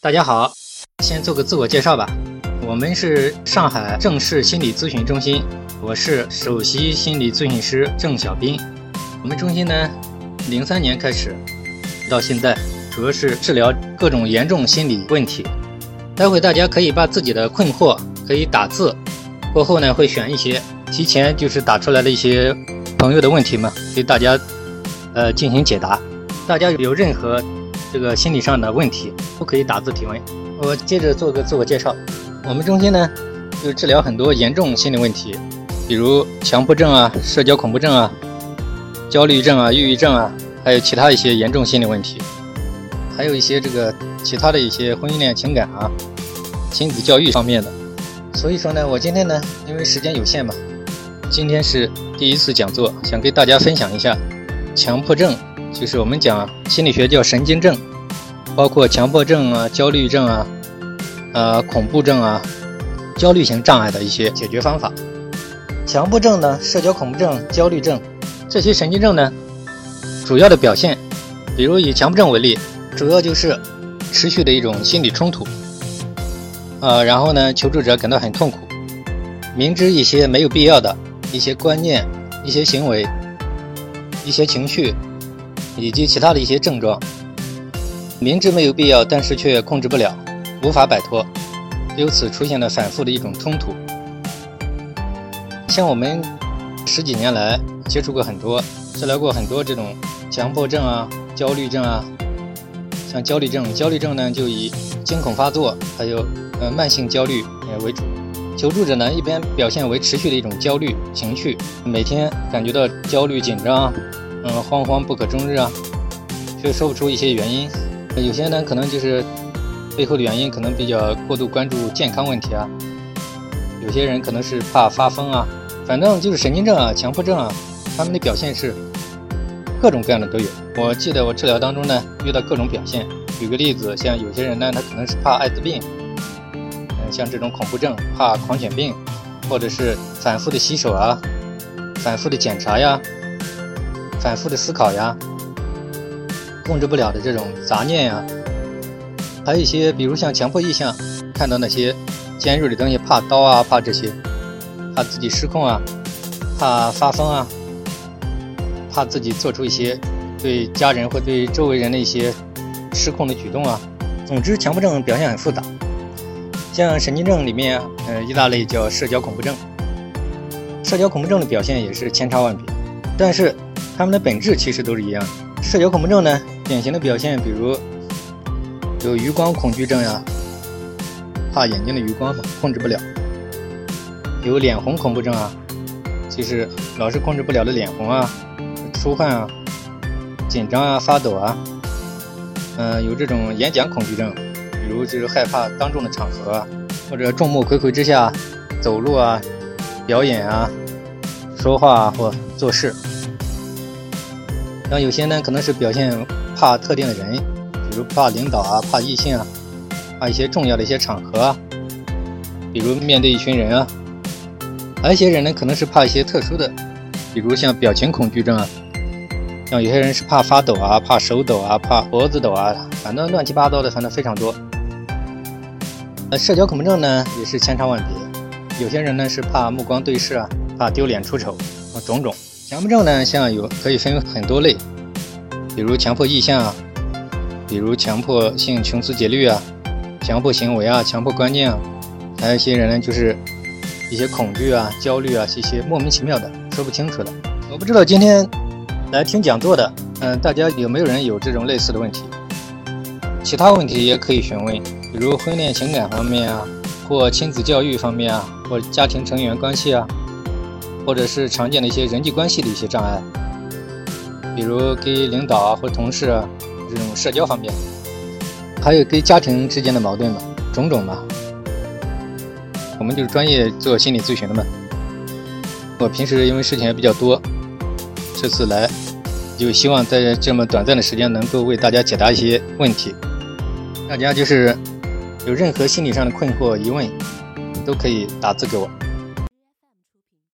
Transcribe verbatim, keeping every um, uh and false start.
大家好，先做个自我介绍吧。我们是上海郑氏心理咨询中心，我是首席心理咨询师郑小斌。我们中心呢，零三年开始到现在，主要是治疗各种严重心理问题。待会大家可以把自己的困惑可以打字，过后呢会选一些提前就是打出来的一些朋友的问题嘛，给大家呃进行解答。大家有任何这个心理上的问题都可以打字提问。我接着做个自我介绍。我们中心呢就治疗很多严重心理问题，比如强迫症啊、社交恐怖症啊、焦虑症啊、抑郁症啊，还有其他一些严重心理问题，还有一些这个其他的一些婚姻恋情感啊、亲子教育方面的。所以说呢，我今天呢因为时间有限嘛，今天是第一次讲座，想跟大家分享一下强迫症，就是我们讲心理学叫神经症，包括强迫症啊、焦虑症啊、呃恐怖症啊、焦虑型障碍的一些解决方法。强迫症呢、社交恐怖症、焦虑症这些神经症呢，主要的表现，比如以强迫症为例，主要就是持续的一种心理冲突，呃，然后呢，求助者感到很痛苦，明知一些没有必要的一些观念、一些行为、一些情绪以及其他的一些症状，明知没有必要，但是却控制不了，无法摆脱，由此出现了反复的一种冲突。像我们十几年来接触过很多，治疗过很多这种强迫症啊、焦虑症啊。像焦虑症，焦虑症呢就以惊恐发作，还有呃慢性焦虑呃为主。求助者呢一边表现为持续的一种焦虑情绪，每天感觉到焦虑紧张，嗯，惶惶不可终日啊，却说不出一些原因。有些呢可能就是背后的原因可能比较过度关注健康问题啊，有些人可能是怕发疯啊，反正就是神经症啊、强迫症啊，他们的表现是各种各样的都有。我记得我治疗当中呢遇到各种表现，举个例子，像有些人呢他可能是怕艾滋病，嗯，像这种恐怖症怕狂犬病，或者是反复的洗手啊、反复的检查呀、反复的思考呀、控制不了的这种杂念呀，还有一些比如像强迫意象，看到那些尖锐的东西怕刀啊、怕这些，怕自己失控啊、怕发疯啊，怕自己做出一些对家人或对周围人的一些失控的举动啊。总之强迫症表现很复杂，像神经症里面啊，呃，一大类叫社交恐怖症。社交恐怖症的表现也是千差万别，但是它们的本质其实都是一样的。社交恐怖症呢，典型的表现比如有余光恐惧症呀，怕眼睛的余光控制不了；有脸红恐怖症啊，就是老是控制不了的脸红啊、出汗啊、紧张啊、发抖啊。嗯、呃，有这种演讲恐惧症，比如就是害怕当众的场合啊，或者众目睽睽之下走路啊、表演啊、说话啊或做事。然后有些呢可能是表现怕特定的人，比如怕领导啊、怕异性啊、怕一些重要的一些场合啊，比如面对一群人啊。还有一些人呢可能是怕一些特殊的，比如像表情恐惧症啊，像有些人是怕发抖啊、怕手抖啊、怕脖子抖啊，反正乱七八糟的，反正非常多。呃，社交恐怖症呢也是千差万别，有些人呢是怕目光对视啊、怕丢脸出丑啊，种种。强迫症呢像有可以分很多类，比如强迫意象啊，比如强迫性穷思竭虑啊、强迫行为啊、强迫观念啊，还有一些人呢就是一些恐惧啊、焦虑啊，一些莫名其妙的说不清楚的。我不知道今天来听讲座的，嗯、呃，大家有没有人有这种类似的问题？其他问题也可以询问，比如婚恋情感方面啊，或亲子教育方面啊，或家庭成员关系啊，或者是常见的一些人际关系的一些障碍，比如跟领导啊或同事啊这种社交方面，还有跟家庭之间的矛盾嘛，种种嘛。我们就是专业做心理咨询的嘛。我平时因为事情也比较多，这次来就希望在这么短暂的时间能够为大家解答一些问题。大家就是有任何心理上的困惑疑问，都可以打字给我。